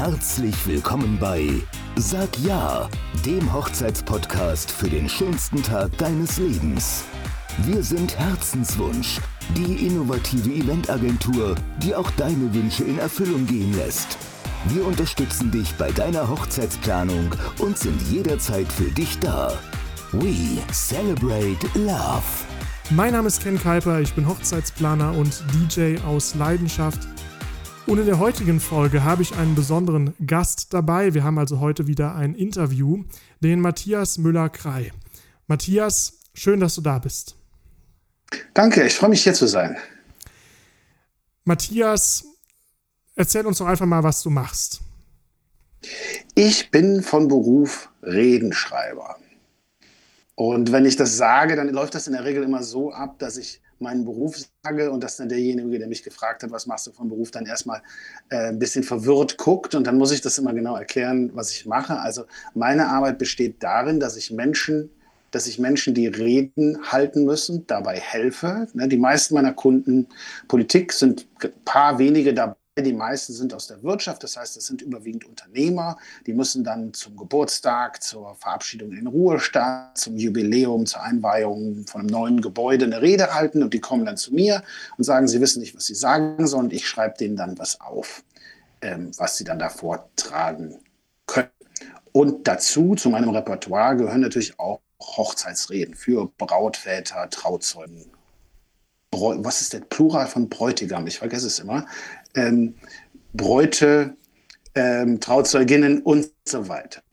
Herzlich willkommen bei Sag Ja, dem Hochzeitspodcast für den schönsten Tag deines Lebens. Wir sind Herzenswunsch, die innovative Eventagentur, die auch deine Wünsche in Erfüllung gehen lässt. Wir unterstützen dich bei deiner Hochzeitsplanung und sind jederzeit für dich da. We celebrate love. Mein Name ist Ken Kuiper, ich bin Hochzeitsplaner und DJ aus Leidenschaft. Und in der heutigen Folge habe ich einen besonderen Gast dabei. Wir haben also heute wieder ein Interview, den Matthias Müller-Krey. Matthias, schön, dass du da bist. Danke, ich freue mich, hier zu sein. Matthias, erzähl uns doch einfach mal, was du machst. Ich bin von Beruf Redenschreiber. Und wenn ich das sage, dann läuft das in der Regel immer so ab, dass ich meinen Beruf sage und dass dann derjenige, der mich gefragt hat, was machst du von Beruf, dann erstmal ein bisschen verwirrt guckt und dann muss ich das immer genau erklären, was ich mache. Also meine Arbeit besteht darin, dass ich Menschen, die Reden halten müssen, dabei helfe. Die meisten meiner Kunden, Politik, sind ein paar wenige dabei. Die meisten sind aus der Wirtschaft, das heißt, es sind überwiegend Unternehmer. Die müssen dann zum Geburtstag, zur Verabschiedung in den Ruhestand, zum Jubiläum, zur Einweihung von einem neuen Gebäude eine Rede halten und die kommen dann zu mir und sagen, sie wissen nicht, was sie sagen sollen und ich schreibe denen dann was auf, was sie dann da vortragen können. Und dazu, zu meinem Repertoire, gehören natürlich auch Hochzeitsreden für Brautväter, Trauzeugen. Was ist der Plural von Bräutigam? Ich vergesse es immer. Bräute, Trauzeuginnen und so weiter.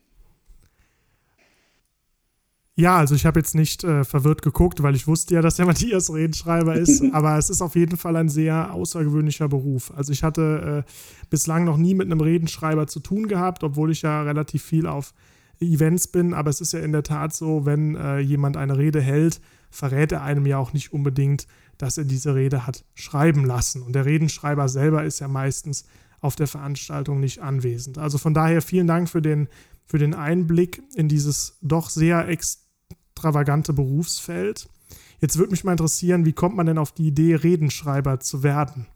Ja, also ich habe jetzt nicht verwirrt geguckt, weil ich wusste ja, dass der Matthias Redenschreiber ist, aber es ist auf jeden Fall ein sehr außergewöhnlicher Beruf. Also ich hatte bislang noch nie mit einem Redenschreiber zu tun gehabt, obwohl ich ja relativ viel auf Events bin, aber es ist ja in der Tat so, wenn jemand eine Rede hält, verrät er einem ja auch nicht unbedingt, dass er diese Rede hat schreiben lassen. Und der Redenschreiber selber ist ja meistens auf der Veranstaltung nicht anwesend. Also von daher vielen Dank für den Einblick in dieses doch sehr extravagante Berufsfeld. Jetzt würde mich mal interessieren, wie kommt man denn auf die Idee, Redenschreiber zu werden?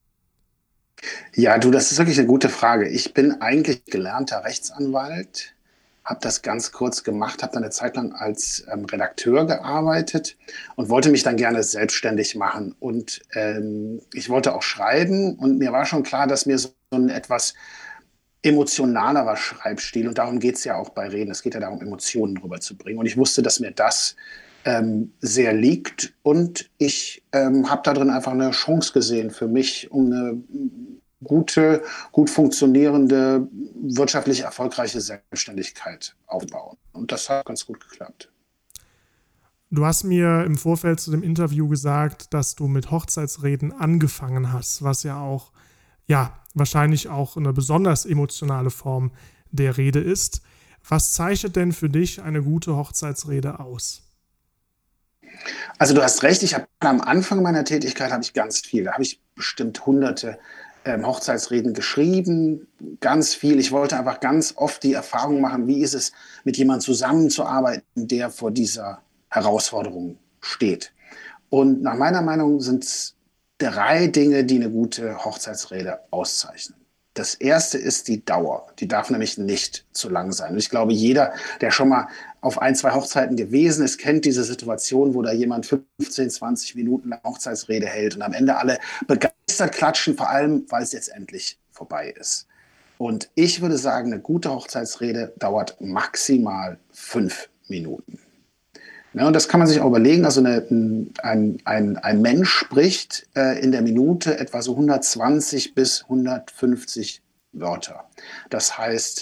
Ja, du, das ist wirklich eine gute Frage. Ich bin eigentlich gelernter Rechtsanwalt, habe das ganz kurz gemacht, habe dann eine Zeit lang als Redakteur gearbeitet und wollte mich dann gerne selbstständig machen. Und ich wollte auch schreiben und mir war schon klar, dass mir so ein etwas emotionalerer Schreibstil, und darum geht es ja auch bei Reden, es geht ja darum, Emotionen rüberzubringen. Und ich wusste, dass mir das sehr liegt und ich habe da drin einfach eine Chance gesehen für mich, um eine gut funktionierende, wirtschaftlich erfolgreiche Selbstständigkeit aufbauen. Und das hat ganz gut geklappt. Du hast mir im Vorfeld zu dem Interview gesagt, dass du mit Hochzeitsreden angefangen hast, was ja auch, ja, wahrscheinlich auch eine besonders emotionale Form der Rede ist. Was zeichnet denn für dich eine gute Hochzeitsrede aus? Also du hast recht, am Anfang meiner Tätigkeit habe ich ganz viel, da habe ich bestimmt hunderte Hochzeitsreden geschrieben, ganz viel. Ich wollte einfach ganz oft die Erfahrung machen, wie ist es, mit jemandem zusammenzuarbeiten, der vor dieser Herausforderung steht. Und nach meiner Meinung sind es 3 Dinge, die eine gute Hochzeitsrede auszeichnen. Das erste ist die Dauer. Die darf nämlich nicht zu lang sein. Und ich glaube, jeder, der schon mal auf 1, 2 Hochzeiten gewesen ist, kennt diese Situation, wo da jemand 15, 20 Minuten lang Hochzeitsrede hält und am Ende alle begeistert klatschen, vor allem, weil es jetzt endlich vorbei ist. Und ich würde sagen, eine gute Hochzeitsrede dauert maximal 5 Minuten. Ja, und das kann man sich auch überlegen. Also ein Mensch spricht in der Minute etwa so 120 bis 150 Wörter. Das heißt,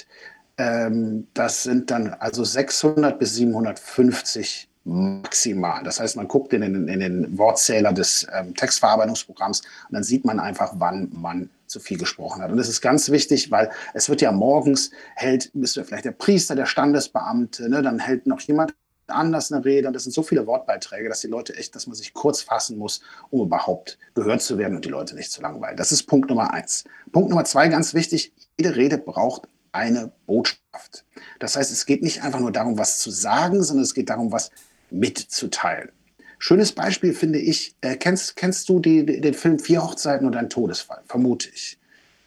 das sind dann also 600 bis 750 maximal. Das heißt, man guckt in den Wortzähler des Textverarbeitungsprogramms und dann sieht man einfach, wann man zu viel gesprochen hat. Und das ist ganz wichtig, weil es wird ja morgens, bist du vielleicht der Priester, der Standesbeamte, ne, dann hält noch jemand anders eine Rede. Und das sind so viele Wortbeiträge, dass dass man sich kurz fassen muss, um überhaupt gehört zu werden und die Leute nicht zu langweilen. Das ist Punkt Nummer 1. Punkt Nummer 2, ganz wichtig, jede Rede braucht eine Botschaft. Das heißt, es geht nicht einfach nur darum, was zu sagen, sondern es geht darum, was mitzuteilen. Schönes Beispiel finde ich, kennst du den Film 4 Hochzeiten und ein Todesfall? Vermute ich.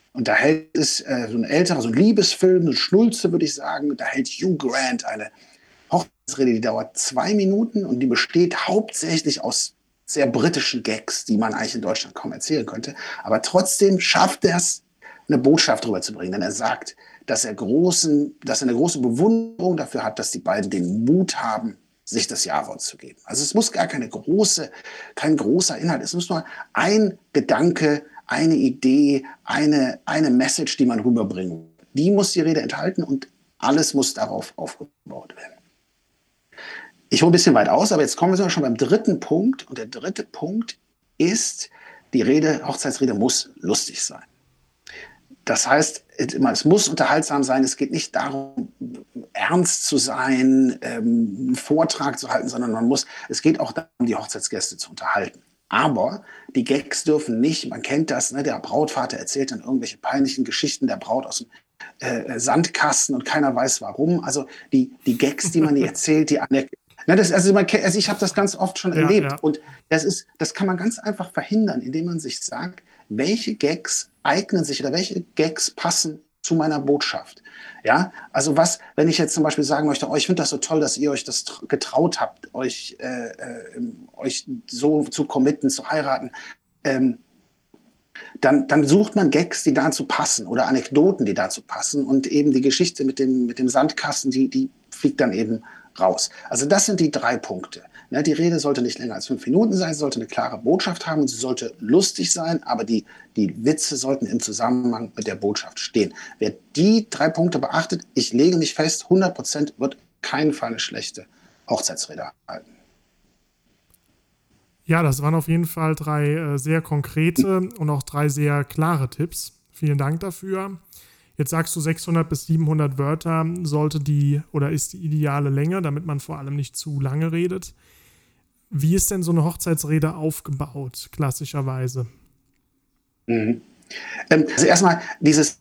Und da hält es so ein älterer, so ein Liebesfilm, so ein Schnulze, würde ich sagen. Da hält Hugh Grant eine Hochzeitsrede, die dauert 2 Minuten und die besteht hauptsächlich aus sehr britischen Gags, die man eigentlich in Deutschland kaum erzählen könnte. Aber trotzdem schafft er es, eine Botschaft rüberzubringen. Denn er sagt, dass er eine große Bewunderung dafür hat, dass die beiden den Mut haben, sich das Ja-Wort zu geben. Also es muss gar kein großer Inhalt. Es muss nur ein Gedanke, eine Idee, eine Message, die man rüberbringen. Die muss die Rede enthalten und alles muss darauf aufgebaut werden. Ich hole ein bisschen weit aus, aber jetzt kommen wir schon beim 3. Punkt. Und der 3. Punkt ist, die Hochzeitsrede muss lustig sein. Das heißt, es muss unterhaltsam sein. Es geht nicht darum, ernst zu sein, einen Vortrag zu halten, sondern es geht auch darum, die Hochzeitsgäste zu unterhalten. Aber die Gags dürfen nicht, man kennt das, ne, der Brautvater erzählt dann irgendwelche peinlichen Geschichten der Braut aus dem Sandkasten und keiner weiß warum. Also die Gags, die man erzählt, ich habe das ganz oft schon erlebt. Ja. Und das kann man ganz einfach verhindern, indem man sich sagt, welche Gags eignen sich oder welche Gags passen zu meiner Botschaft. Ja, also wenn ich jetzt zum Beispiel sagen möchte, ich finde das so toll, dass ihr euch das getraut habt, euch so zu committen, zu heiraten, dann sucht man Gags, die dazu passen oder Anekdoten, die dazu passen und eben die Geschichte mit dem Sandkasten, die fliegt dann eben raus. Also das sind die 3 Punkte. Ne, die Rede sollte nicht länger als 5 Minuten sein, sie sollte eine klare Botschaft haben und sie sollte lustig sein, aber die Witze sollten im Zusammenhang mit der Botschaft stehen. Wer die 3 Punkte beachtet, ich lege mich fest, 100% wird keinen Fall eine schlechte Hochzeitsrede halten. Ja, das waren auf jeden Fall 3 sehr konkrete und auch 3 sehr klare Tipps. Vielen Dank dafür. Jetzt sagst du 600 bis 700 Wörter ist die ideale Länge, damit man vor allem nicht zu lange redet. Wie ist denn so eine Hochzeitsrede aufgebaut, klassischerweise? Also erstmal dieses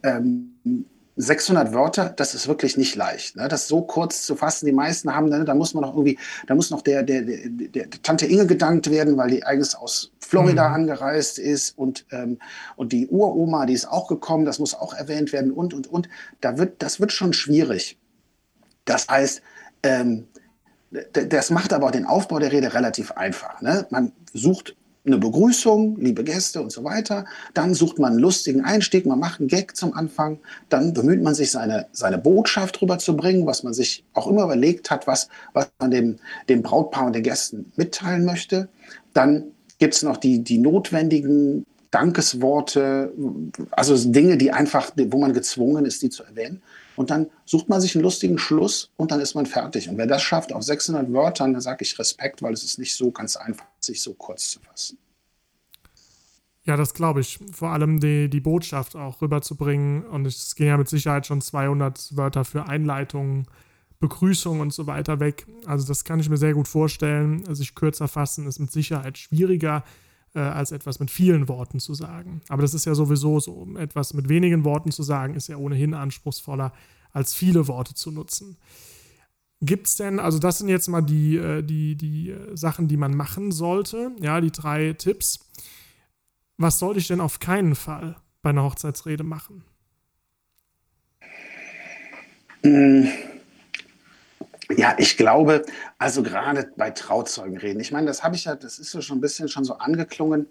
600 Wörter, das ist wirklich nicht leicht, ne? Das so kurz zu fassen. Die meisten haben, da muss noch der Tante Inge gedankt werden, weil die eigens aus Florida angereist ist und die Uroma, die ist auch gekommen, das muss auch erwähnt werden und. Das wird schon schwierig. Das heißt, das macht aber auch den Aufbau der Rede relativ einfach, ne? Man sucht eine Begrüßung, liebe Gäste und so weiter. Dann sucht man einen lustigen Einstieg, man macht einen Gag zum Anfang. Dann bemüht man sich, seine Botschaft rüberzubringen, was man sich auch immer überlegt hat, was man dem Brautpaar und den Gästen mitteilen möchte. Dann gibt es noch die notwendigen Dankesworte, also Dinge, wo man gezwungen ist, die zu erwähnen. Und dann sucht man sich einen lustigen Schluss und dann ist man fertig. Und wer das schafft auf 600 Wörtern, dann sage ich Respekt, weil es ist nicht so ganz einfach, sich so kurz zu fassen. Ja, das glaube ich. Vor allem die Botschaft auch rüberzubringen. Und es gehen ja mit Sicherheit schon 200 Wörter für Einleitungen, Begrüßung und so weiter weg. Also das kann ich mir sehr gut vorstellen. Sich kürzer fassen ist mit Sicherheit schwieriger, als etwas mit vielen Worten zu sagen. Aber das ist ja sowieso so. Etwas mit wenigen Worten zu sagen, ist ja ohnehin anspruchsvoller, als viele Worte zu nutzen. Gibt es denn, also das sind jetzt mal die Sachen, die man machen sollte, ja, die 3 Tipps. Was sollte ich denn auf keinen Fall bei einer Hochzeitsrede machen? Ja, ich glaube, also gerade bei Trauzeugenreden, ich meine, das ist ja schon ein bisschen schon so angeklungen,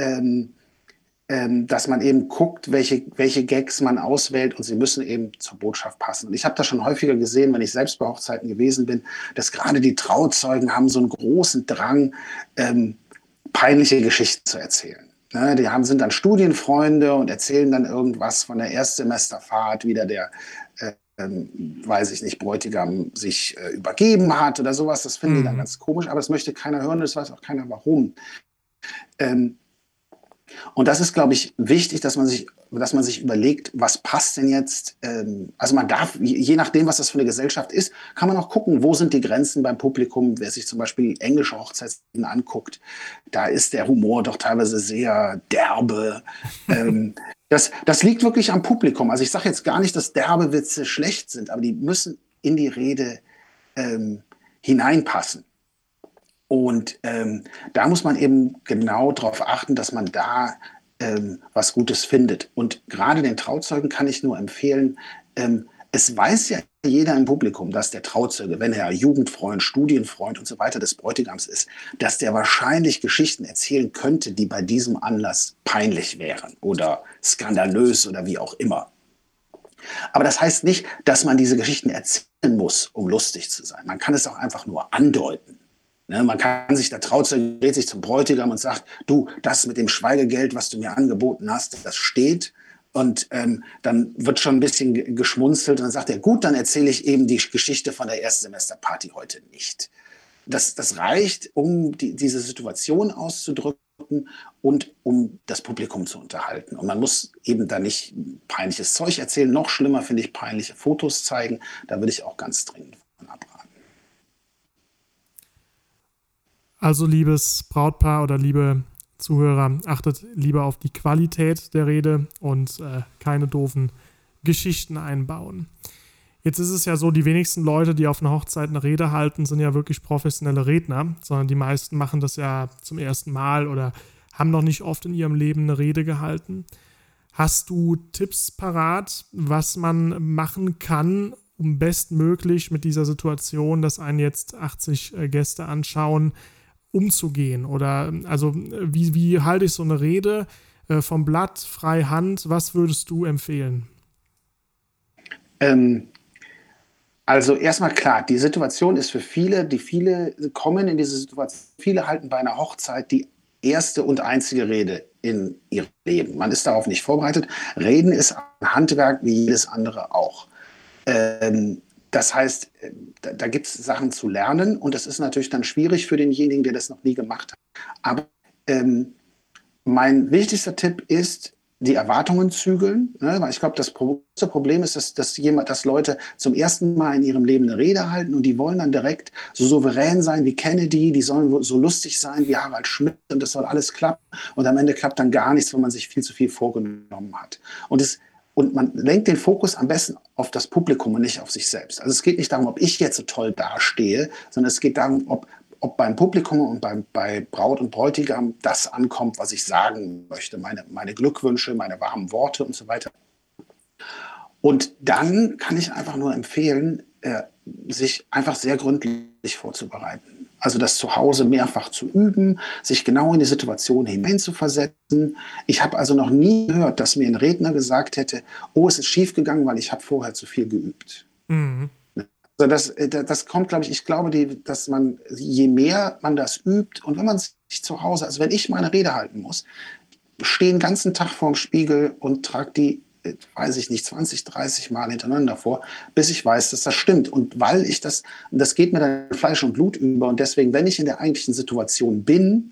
dass man eben guckt, welche Gags man auswählt und sie müssen eben zur Botschaft passen. Und ich habe das schon häufiger gesehen, wenn ich selbst bei Hochzeiten gewesen bin, dass gerade die Trauzeugen haben so einen großen Drang, peinliche Geschichten zu erzählen. Ne, sind dann Studienfreunde und erzählen dann irgendwas von der Erstsemesterfahrt, wie der weiß ich nicht, Bräutigam sich übergeben hat oder sowas. Das finden die dann ganz komisch, aber das möchte keiner hören, das weiß auch keiner warum. Und das ist, glaube ich, wichtig, dass man sich überlegt, was passt denn jetzt? Also man darf, je nachdem, was das für eine Gesellschaft ist, kann man auch gucken, wo sind die Grenzen beim Publikum. Wer sich zum Beispiel englische Hochzeitsreden anguckt, da ist der Humor doch teilweise sehr derbe. Das liegt wirklich am Publikum. Also ich sage jetzt gar nicht, dass derbe Witze schlecht sind, aber die müssen in die Rede hineinpassen. Und da muss man eben genau darauf achten, dass man da was Gutes findet. Und gerade den Trauzeugen kann ich nur empfehlen, es weiß ja jeder im Publikum, dass der Trauzeuge, wenn er Jugendfreund, Studienfreund und so weiter des Bräutigams ist, dass der wahrscheinlich Geschichten erzählen könnte, die bei diesem Anlass peinlich wären oder skandalös oder wie auch immer. Aber das heißt nicht, dass man diese Geschichten erzählen muss, um lustig zu sein. Man kann es auch einfach nur andeuten. Ne, man kann sich, der Trauzeuge dreht sich zum Bräutigam und sagt, du, das mit dem Schweigegeld, was du mir angeboten hast, das steht. Und dann wird schon ein bisschen geschmunzelt und dann sagt er, gut, dann erzähle ich eben die Geschichte von der Erstsemesterparty heute nicht. Das reicht, um diese Situation auszudrücken und um das Publikum zu unterhalten. Und man muss eben da nicht peinliches Zeug erzählen. Noch schlimmer finde ich peinliche Fotos zeigen. Da würde ich auch ganz dringend von abraten. Also liebes Brautpaar oder liebe Zuhörer, achtet lieber auf die Qualität der Rede und keine doofen Geschichten einbauen. Jetzt ist es ja so, die wenigsten Leute, die auf einer Hochzeit eine Rede halten, sind ja wirklich professionelle Redner, sondern die meisten machen das ja zum ersten Mal oder haben noch nicht oft in ihrem Leben eine Rede gehalten. Hast du Tipps parat, was man machen kann, um bestmöglich mit dieser Situation, dass einen jetzt 80 Gäste anschauen, umzugehen? Oder also wie halte ich so eine Rede vom Blatt, frei Hand? Was würdest du empfehlen? Also erstmal klar, die Situation ist für viele kommen in diese Situation, viele halten bei einer Hochzeit die erste und einzige Rede in ihrem Leben. Man ist darauf nicht vorbereitet. Reden ist ein Handwerk wie jedes andere auch. Das heißt, da gibt es Sachen zu lernen und das ist natürlich dann schwierig für denjenigen, der das noch nie gemacht hat. Aber mein wichtigster Tipp ist, die Erwartungen zügeln, ne? Weil ich glaube, das große Problem ist, dass Leute zum ersten Mal in ihrem Leben eine Rede halten und die wollen dann direkt so souverän sein wie Kennedy, die sollen so lustig sein wie Harald Schmidt und das soll alles klappen und am Ende klappt dann gar nichts, weil man sich viel zu viel vorgenommen hat. Und man lenkt den Fokus am besten auf das Publikum und nicht auf sich selbst. Also es geht nicht darum, ob ich jetzt so toll dastehe, sondern es geht darum, ob beim Publikum und bei Braut und Bräutigam das ankommt, was ich sagen möchte. Meine Glückwünsche, meine warmen Worte und so weiter. Und dann kann ich einfach nur empfehlen, sich einfach sehr gründlich vorzubereiten. Also das zu Hause mehrfach zu üben, sich genau in die Situation hineinzuversetzen. Ich habe also noch nie gehört, dass mir ein Redner gesagt hätte, oh, es ist schiefgegangen, weil ich habe vorher zu viel geübt. Mhm. Also das kommt, glaube ich glaube, dass man, je mehr man das übt und wenn man sich zu Hause, also wenn ich meine Rede halten muss, stehe den ganzen Tag vorm Spiegel und trage die, weiß ich nicht, 20, 30 Mal hintereinander vor, bis ich weiß, dass das stimmt. Und weil ich das geht mir dann Fleisch und Blut über und deswegen, wenn ich in der eigentlichen Situation bin,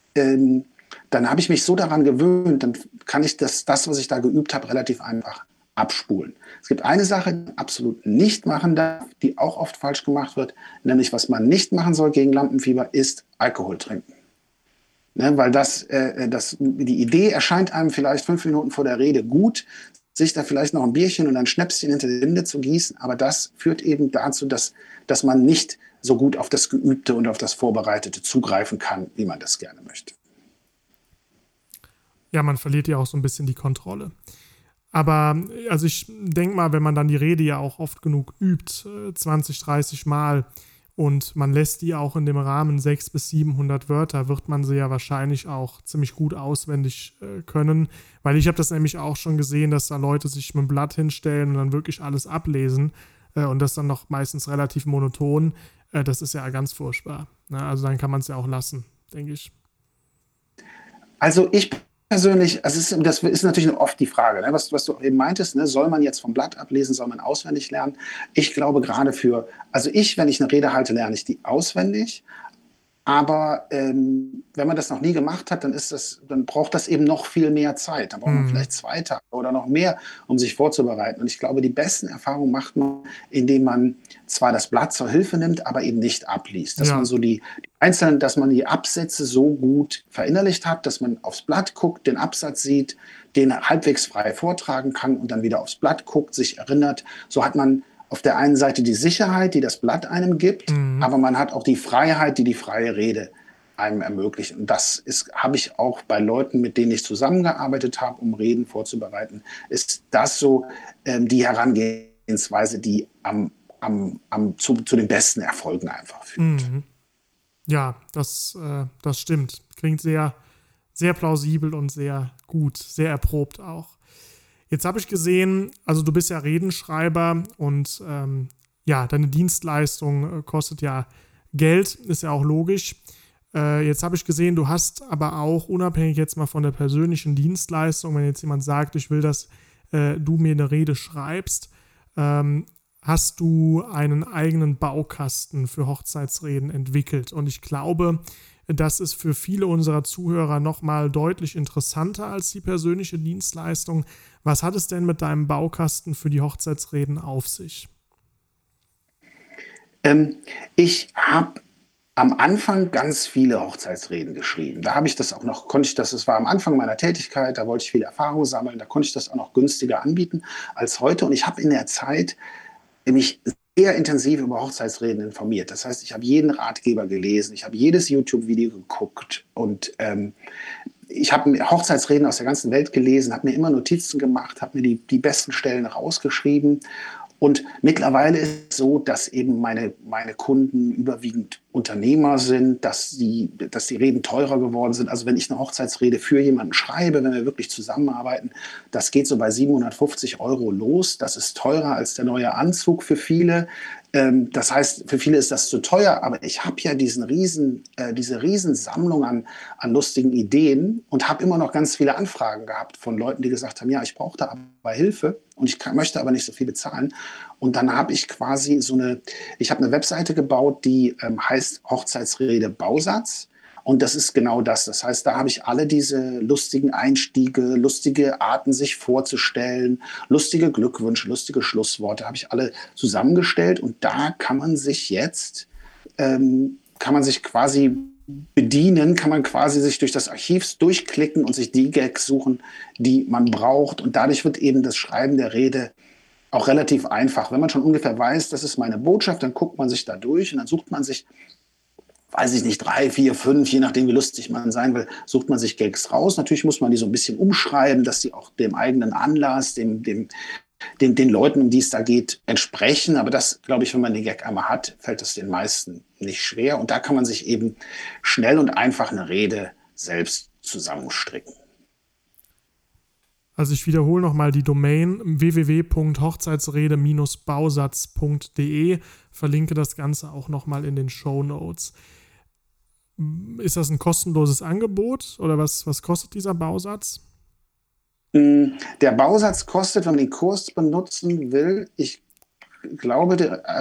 dann habe ich mich so daran gewöhnt, dann kann ich das, was ich da geübt habe, relativ einfach abspulen. Es gibt eine Sache, die man absolut nicht machen darf, die auch oft falsch gemacht wird, nämlich was man nicht machen soll gegen Lampenfieber, ist Alkohol trinken. Ne, weil die Idee erscheint einem vielleicht 5 Minuten vor der Rede gut, sich da vielleicht noch ein Bierchen und ein Schnäpschen hinter die Rinde zu gießen, aber das führt eben dazu, dass man nicht so gut auf das Geübte und auf das Vorbereitete zugreifen kann, wie man das gerne möchte. Ja, man verliert ja auch so ein bisschen die Kontrolle. Aber also ich denke mal, wenn man dann die Rede ja auch oft genug übt, 20, 30 Mal, und man lässt die auch in dem Rahmen 600 bis 700 Wörter, wird man sie ja wahrscheinlich auch ziemlich gut auswendig können. Weil ich habe das nämlich auch schon gesehen, dass da Leute sich mit dem Blatt hinstellen und dann wirklich alles ablesen und das dann noch meistens relativ monoton. Das ist ja ganz furchtbar. Ne? Also dann kann man es ja auch lassen, denke ich. Also ich persönlich, also das ist natürlich oft die Frage, ne? Was du eben meintest, ne? Soll man jetzt vom Blatt ablesen, soll man auswendig lernen? Ich glaube gerade wenn ich eine Rede halte, lerne ich die auswendig. Aber wenn man das noch nie gemacht hat, dann braucht das eben noch viel mehr Zeit. Dann braucht man vielleicht 2 Tage oder noch mehr, um sich vorzubereiten. Und ich glaube, die besten Erfahrungen macht man, indem man zwar das Blatt zur Hilfe nimmt, aber eben nicht abliest. Dass man so dass man die Absätze so gut verinnerlicht hat, dass man aufs Blatt guckt, den Absatz sieht, den halbwegs frei vortragen kann und dann wieder aufs Blatt guckt, sich erinnert. So hat man auf der einen Seite die Sicherheit, die das Blatt einem gibt, aber man hat auch die Freiheit, die freie Rede einem ermöglichen. Und das habe ich auch bei Leuten, mit denen ich zusammengearbeitet habe, um Reden vorzubereiten, ist das so die Herangehensweise, die zu den besten Erfolgen einfach führt. Mhm. Ja, das stimmt. Klingt sehr, sehr plausibel und sehr gut, sehr erprobt auch. Jetzt habe ich gesehen, also du bist ja Redenschreiber und deine Dienstleistung kostet ja Geld, ist ja auch logisch. Jetzt habe ich gesehen, du hast aber auch, unabhängig jetzt mal von der persönlichen Dienstleistung, wenn jetzt jemand sagt, ich will, dass du mir eine Rede schreibst, hast du einen eigenen Baukasten für Hochzeitsreden entwickelt. Und ich glaube, das ist für viele unserer Zuhörer nochmal deutlich interessanter als die persönliche Dienstleistung. Was hat es denn mit deinem Baukasten für die Hochzeitsreden auf sich? Ich habe am Anfang ganz viele Hochzeitsreden geschrieben. Da habe ich das auch noch, das war am Anfang meiner Tätigkeit, da wollte ich viel Erfahrung sammeln, da konnte ich das auch noch günstiger anbieten als heute. Und ich habe in der Zeit mich sehr intensiv über Hochzeitsreden informiert. Das heißt, ich habe jeden Ratgeber gelesen, ich habe jedes YouTube-Video geguckt und ich habe Hochzeitsreden aus der ganzen Welt gelesen, habe mir immer Notizen gemacht, habe mir die besten Stellen rausgeschrieben. Und mittlerweile ist es so, dass eben meine Kunden überwiegend Unternehmer sind, dass die Reden teurer geworden sind. Also wenn ich eine Hochzeitsrede für jemanden schreibe, wenn wir wirklich zusammenarbeiten, das geht so bei 750 € los. Das ist teurer als der neue Anzug für viele. Das heißt, für viele ist das zu teuer, aber ich habe ja diese Riesensammlung an lustigen Ideen und habe immer noch ganz viele Anfragen gehabt von Leuten, die gesagt haben, ja, ich brauche da aber Hilfe und ich möchte aber nicht so viel bezahlen. Und dann habe ich quasi ich habe eine Webseite gebaut, die heißt Hochzeitsrede Bausatz. Und das ist genau das. Das heißt, da habe ich alle diese lustigen Einstiege, lustige Arten, sich vorzustellen, lustige Glückwünsche, lustige Schlussworte, habe ich alle zusammengestellt. Und da kann man sich jetzt, quasi bedienen, kann man quasi sich durch das Archiv durchklicken und sich die Gags suchen, die man braucht. Und dadurch wird eben das Schreiben der Rede auch relativ einfach. Wenn man schon ungefähr weiß, das ist meine Botschaft, dann guckt man sich da durch und dann sucht man sich, weiß ich nicht, 3, 4, 5, je nachdem, wie lustig man sein will, sucht man sich Gags raus. Natürlich muss man die so ein bisschen umschreiben, dass die auch dem eigenen Anlass, den Leuten, um die es da geht, entsprechen. Aber das, glaube ich, wenn man den Gag einmal hat, fällt es den meisten nicht schwer. Und da kann man sich eben schnell und einfach eine Rede selbst zusammenstricken. Also ich wiederhole nochmal die Domain www.hochzeitsrede-bausatz.de, verlinke das Ganze auch nochmal in den Shownotes. Ist das ein kostenloses Angebot oder was kostet dieser Bausatz? Der Bausatz kostet, wenn man den Kurs benutzen will, ich glaube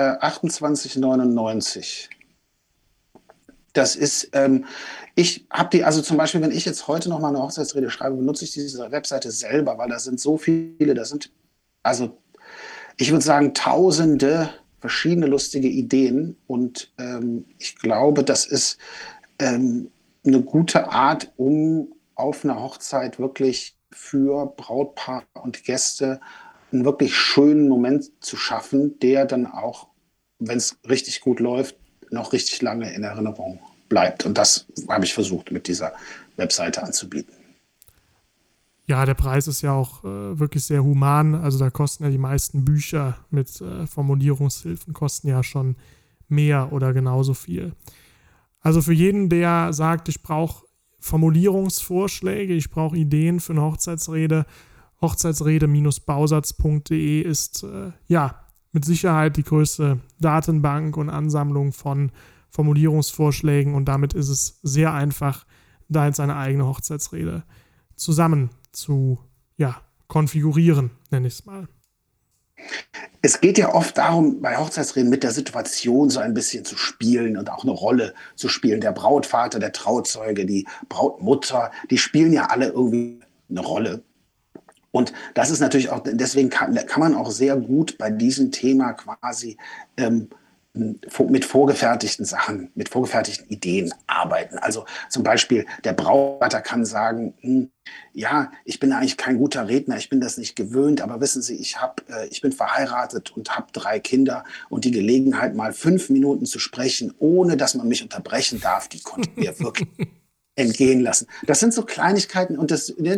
28,99. Das ist, ich habe also zum Beispiel, wenn ich jetzt heute noch mal eine Hochzeitsrede schreibe, benutze ich diese Webseite selber, weil da sind so viele, also ich würde sagen, tausende verschiedene lustige Ideen und ich glaube, das ist eine gute Art, um auf einer Hochzeit wirklich für Brautpaar und Gäste einen wirklich schönen Moment zu schaffen, der dann auch, wenn es richtig gut läuft, noch richtig lange in Erinnerung bleibt. Und das habe ich versucht, mit dieser Webseite anzubieten. Ja, der Preis ist ja auch wirklich sehr human. Also da kosten ja die meisten Bücher mit Formulierungshilfen kosten ja schon mehr oder genauso viel. Also für jeden, der sagt, ich brauche Formulierungsvorschläge, ich brauche Ideen für eine Hochzeitsrede, hochzeitsrede-bausatz.de ist mit Sicherheit die größte Datenbank und Ansammlung von Formulierungsvorschlägen und damit ist es sehr einfach, da jetzt eine eigene Hochzeitsrede zusammen zu konfigurieren, nenne ich es mal. Es geht ja oft darum, bei Hochzeitsreden mit der Situation so ein bisschen zu spielen und auch eine Rolle zu spielen. Der Brautvater, der Trauzeuge, die Brautmutter, die spielen ja alle irgendwie eine Rolle. Und das ist natürlich auch, deswegen kann man auch sehr gut bei diesem Thema quasi mit vorgefertigten Sachen, mit vorgefertigten Ideen arbeiten. Also zum Beispiel der Brautvater kann sagen, ja, ich bin eigentlich kein guter Redner, ich bin das nicht gewöhnt, aber wissen Sie, ich bin verheiratet und habe 3 Kinder und die Gelegenheit, mal 5 Minuten zu sprechen, ohne dass man mich unterbrechen darf, die konnte mir wirklich entgehen lassen. Das sind so Kleinigkeiten und das sind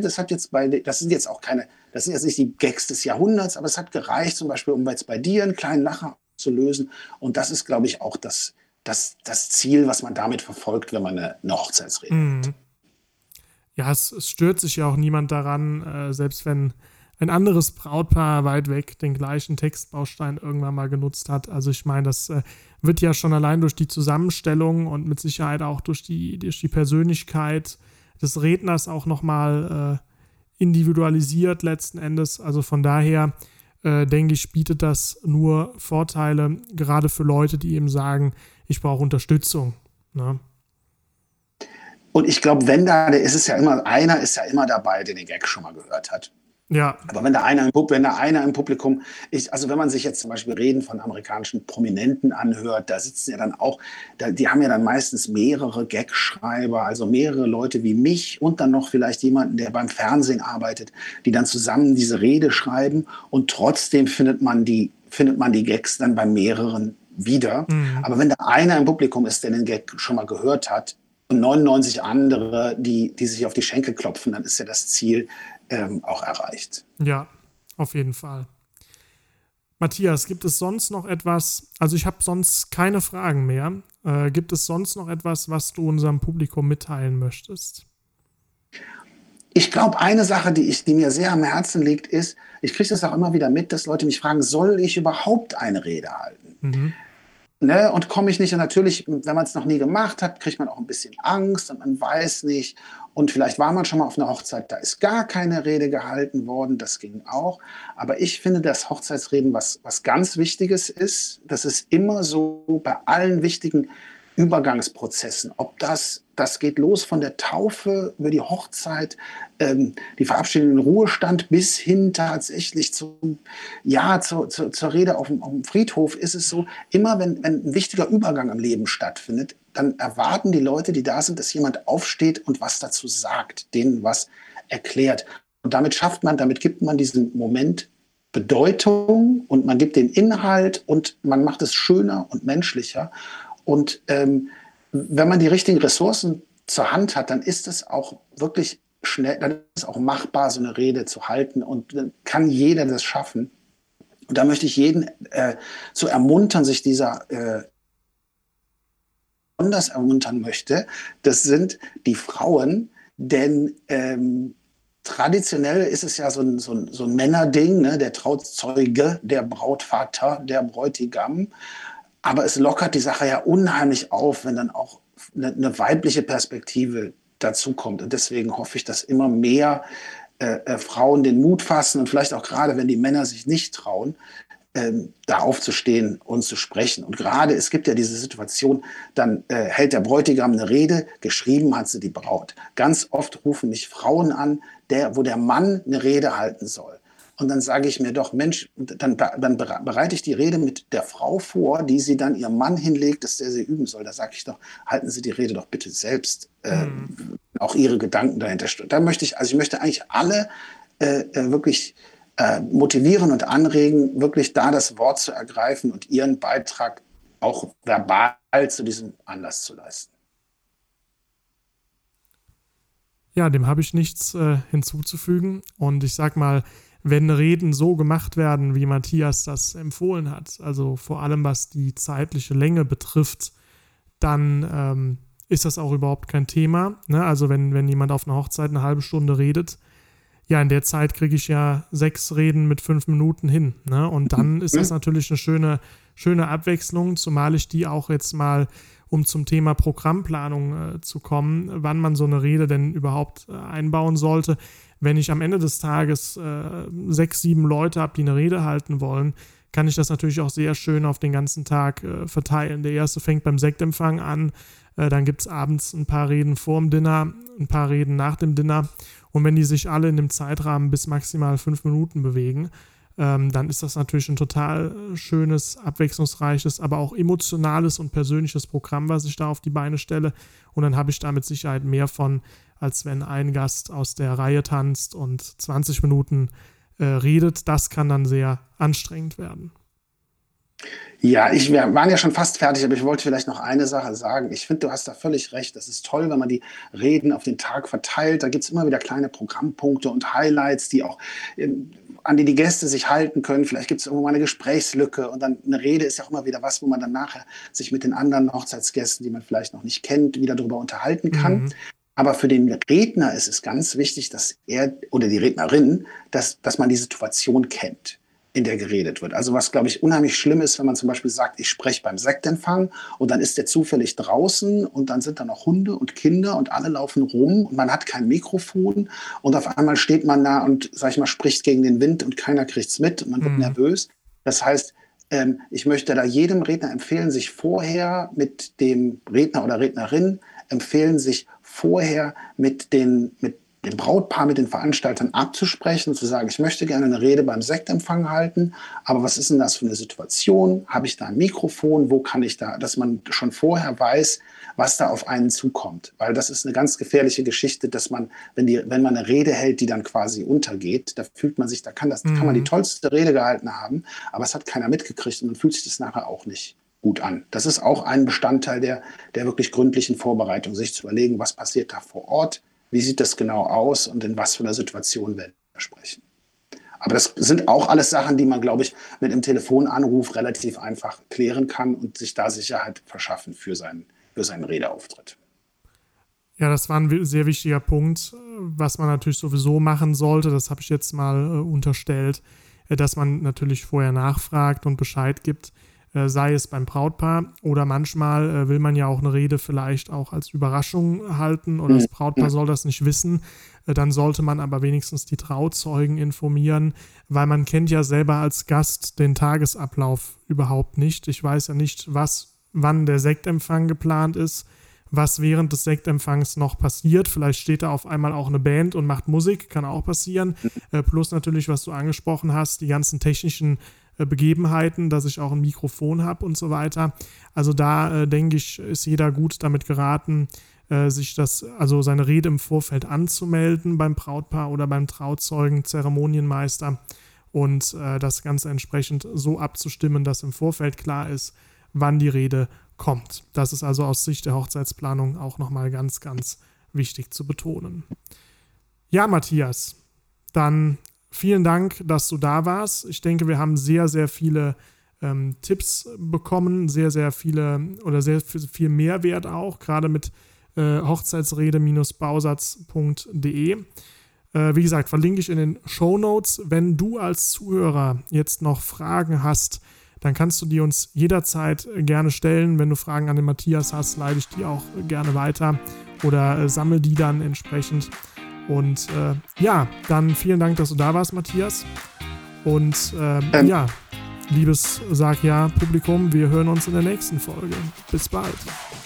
jetzt nicht die Gags des Jahrhunderts, aber es hat gereicht, zum Beispiel, um jetzt bei dir einen kleinen Lacher zu lösen. Und das ist, glaube ich, auch das Ziel, was man damit verfolgt, wenn man eine Hochzeitsrede hat. Ja, es stört sich ja auch niemand daran, selbst wenn ein anderes Brautpaar weit weg den gleichen Textbaustein irgendwann mal genutzt hat. Also ich meine, das wird ja schon allein durch die Zusammenstellung und mit Sicherheit auch durch die Persönlichkeit des Redners auch nochmal individualisiert letzten Endes. Also von daher denke ich, bietet das nur Vorteile, gerade für Leute, die eben sagen, ich brauche Unterstützung. Ne? Und ich glaube, einer ist ja immer dabei, der den Gag schon mal gehört hat. Ja. Aber wenn da einer im Publikum, wenn man sich jetzt zum Beispiel Reden von amerikanischen Prominenten anhört, da sitzen ja dann auch, die haben ja dann meistens mehrere Gagschreiber, also mehrere Leute wie mich und dann noch vielleicht jemanden, der beim Fernsehen arbeitet, die dann zusammen diese Rede schreiben und trotzdem findet man die Gags dann bei mehreren wieder. Mhm. Aber wenn da einer im Publikum ist, der den Gag schon mal gehört hat und 99 andere, die sich auf die Schenkel klopfen, dann ist ja das Ziel auch erreicht. Ja, auf jeden Fall. Matthias, gibt es sonst noch etwas, also ich habe sonst keine Fragen mehr, gibt es sonst noch etwas, was du unserem Publikum mitteilen möchtest? Ich glaube, eine Sache, die mir sehr am Herzen liegt, ist, ich kriege das auch immer wieder mit, dass Leute mich fragen, soll ich überhaupt eine Rede halten? Mhm. Ne? Und komme ich nicht, und natürlich, wenn man es noch nie gemacht hat, kriegt man auch ein bisschen Angst und man weiß nicht. Und vielleicht war man schon mal auf einer Hochzeit, da ist gar keine Rede gehalten worden, das ging auch. Aber ich finde, dass Hochzeitsreden was ganz Wichtiges ist. Das ist immer so bei allen wichtigen Übergangsprozessen. Ob das geht los von der Taufe über die Hochzeit, die Verabschiedung in den Ruhestand bis hin tatsächlich zur Rede auf dem Friedhof, ist es so, immer wenn ein wichtiger Übergang im Leben stattfindet, dann erwarten die Leute, die da sind, dass jemand aufsteht und was dazu sagt, denen was erklärt. Und damit gibt man diesem Moment Bedeutung und man gibt den Inhalt und man macht es schöner und menschlicher. Und wenn man die richtigen Ressourcen zur Hand hat, dann ist es auch wirklich schnell, dann ist es auch machbar, so eine Rede zu halten und dann kann jeder das schaffen. Und da möchte ich jeden zu ermuntern, sich dieser besonders ermuntern möchte, das sind die Frauen, denn traditionell ist es ja so ein Männerding, ne? Der Trauzeuge, der Brautvater, der Bräutigam. Aber es lockert die Sache ja unheimlich auf, wenn dann auch eine weibliche Perspektive dazukommt. Und deswegen hoffe ich, dass immer mehr Frauen den Mut fassen und vielleicht auch gerade, wenn die Männer sich nicht trauen, da aufzustehen und zu sprechen. Und gerade, es gibt ja diese Situation, dann hält der Bräutigam eine Rede, geschrieben hat sie die Braut. Ganz oft rufen mich Frauen an, wo der Mann eine Rede halten soll. Und dann sage ich mir doch, Mensch, dann bereite ich die Rede mit der Frau vor, die sie dann ihrem Mann hinlegt, dass der sie üben soll. Da sage ich doch, halten Sie die Rede doch bitte selbst, auch Ihre Gedanken dahinter. Ich möchte eigentlich alle wirklich motivieren und anregen, wirklich da das Wort zu ergreifen und ihren Beitrag auch verbal zu diesem Anlass zu leisten. Ja, dem habe ich nichts hinzuzufügen. Und ich sag mal, wenn Reden so gemacht werden, wie Matthias das empfohlen hat, also vor allem was die zeitliche Länge betrifft, dann ist das auch überhaupt kein Thema. Ne? Also wenn jemand auf einer Hochzeit eine halbe Stunde redet, ja, in der Zeit kriege ich ja 6 Reden mit 5 Minuten hin. Ne? Und dann ist das natürlich eine schöne Abwechslung, zumal ich die auch jetzt mal, um zum Thema Programmplanung zu kommen, wann man so eine Rede denn überhaupt einbauen sollte. Wenn ich am Ende des Tages 6, 7 Leute habe, die eine Rede halten wollen, kann ich das natürlich auch sehr schön auf den ganzen Tag verteilen. Der erste fängt beim Sektempfang an, dann gibt es abends ein paar Reden vor dem Dinner, ein paar Reden nach dem Dinner. Und wenn die sich alle in dem Zeitrahmen bis maximal 5 Minuten bewegen, dann ist das natürlich ein total schönes, abwechslungsreiches, aber auch emotionales und persönliches Programm, was ich da auf die Beine stelle. Und dann habe ich da mit Sicherheit mehr von, als wenn ein Gast aus der Reihe tanzt und 20 Minuten redet. Das kann dann sehr anstrengend werden. Ja, wir waren ja schon fast fertig, aber ich wollte vielleicht noch eine Sache sagen. Ich finde, du hast da völlig recht. Das ist toll, wenn man die Reden auf den Tag verteilt. Da gibt es immer wieder kleine Programmpunkte und Highlights, die auch an die Gäste sich halten können. Vielleicht gibt es irgendwo mal eine Gesprächslücke. Und dann eine Rede ist ja auch immer wieder was, wo man dann nachher sich mit den anderen Hochzeitsgästen, die man vielleicht noch nicht kennt, wieder darüber unterhalten kann. Mhm. Aber für den Redner ist es ganz wichtig, dass er oder die Rednerin, dass man die Situation kennt, in der geredet wird. Also was, glaube ich, unheimlich schlimm ist, wenn man zum Beispiel sagt, ich spreche beim Sektempfang und dann ist der zufällig draußen und dann sind da noch Hunde und Kinder und alle laufen rum und man hat kein Mikrofon und auf einmal steht man da und, sag ich mal, spricht gegen den Wind und keiner kriegt's mit und man wird nervös. Das heißt, ich möchte da jedem Redner empfehlen, sich vorher mit dem Redner oder Rednerin mit dem Brautpaar, mit den Veranstaltern abzusprechen und zu sagen, ich möchte gerne eine Rede beim Sektempfang halten, aber was ist denn das für eine Situation? Habe ich da ein Mikrofon? Wo kann ich da, dass man schon vorher weiß, was da auf einen zukommt? Weil das ist eine ganz gefährliche Geschichte, dass man, wenn man eine Rede hält, die dann quasi untergeht, da fühlt man sich, kann man die tollste Rede gehalten haben, aber es hat keiner mitgekriegt und dann fühlt sich das nachher auch nicht gut an. Das ist auch ein Bestandteil der wirklich gründlichen Vorbereitung, sich zu überlegen, was passiert da vor Ort, wie sieht das genau aus und in was für einer Situation werden wir sprechen. Aber das sind auch alles Sachen, die man, glaube ich, mit einem Telefonanruf relativ einfach klären kann und sich da Sicherheit verschaffen für seinen Redeauftritt. Ja, das war ein sehr wichtiger Punkt, was man natürlich sowieso machen sollte. Das habe ich jetzt mal unterstellt, dass man natürlich vorher nachfragt und Bescheid gibt, sei es beim Brautpaar oder manchmal will man ja auch eine Rede vielleicht auch als Überraschung halten oder das Brautpaar soll das nicht wissen. Dann sollte man aber wenigstens die Trauzeugen informieren, weil man kennt ja selber als Gast den Tagesablauf überhaupt nicht. Ich weiß ja nicht, wann der Sektempfang geplant ist, was während des Sektempfangs noch passiert. Vielleicht steht da auf einmal auch eine Band und macht Musik, kann auch passieren. Plus natürlich, was du angesprochen hast, die ganzen technischen Begebenheiten, dass ich auch ein Mikrofon habe und so weiter. Also da denke ich, ist jeder gut damit geraten, sich seine Rede im Vorfeld anzumelden beim Brautpaar oder beim Trauzeugen, Zeremonienmeister und das Ganze entsprechend so abzustimmen, dass im Vorfeld klar ist, wann die Rede kommt. Das ist also aus Sicht der Hochzeitsplanung auch nochmal ganz, ganz wichtig zu betonen. Ja, Matthias, dann vielen Dank, dass du da warst. Ich denke, wir haben sehr, sehr viele Tipps bekommen, sehr, sehr viele oder sehr viel Mehrwert auch, gerade mit hochzeitsrede-bausatz.de. Wie gesagt, verlinke ich in den Shownotes. Wenn du als Zuhörer jetzt noch Fragen hast, dann kannst du die uns jederzeit gerne stellen. Wenn du Fragen an den Matthias hast, leite ich die auch gerne weiter oder sammle die dann entsprechend. Und dann vielen Dank, dass du da warst, Matthias. Und liebes Sag Ja Publikum, wir hören uns in der nächsten Folge. Bis bald.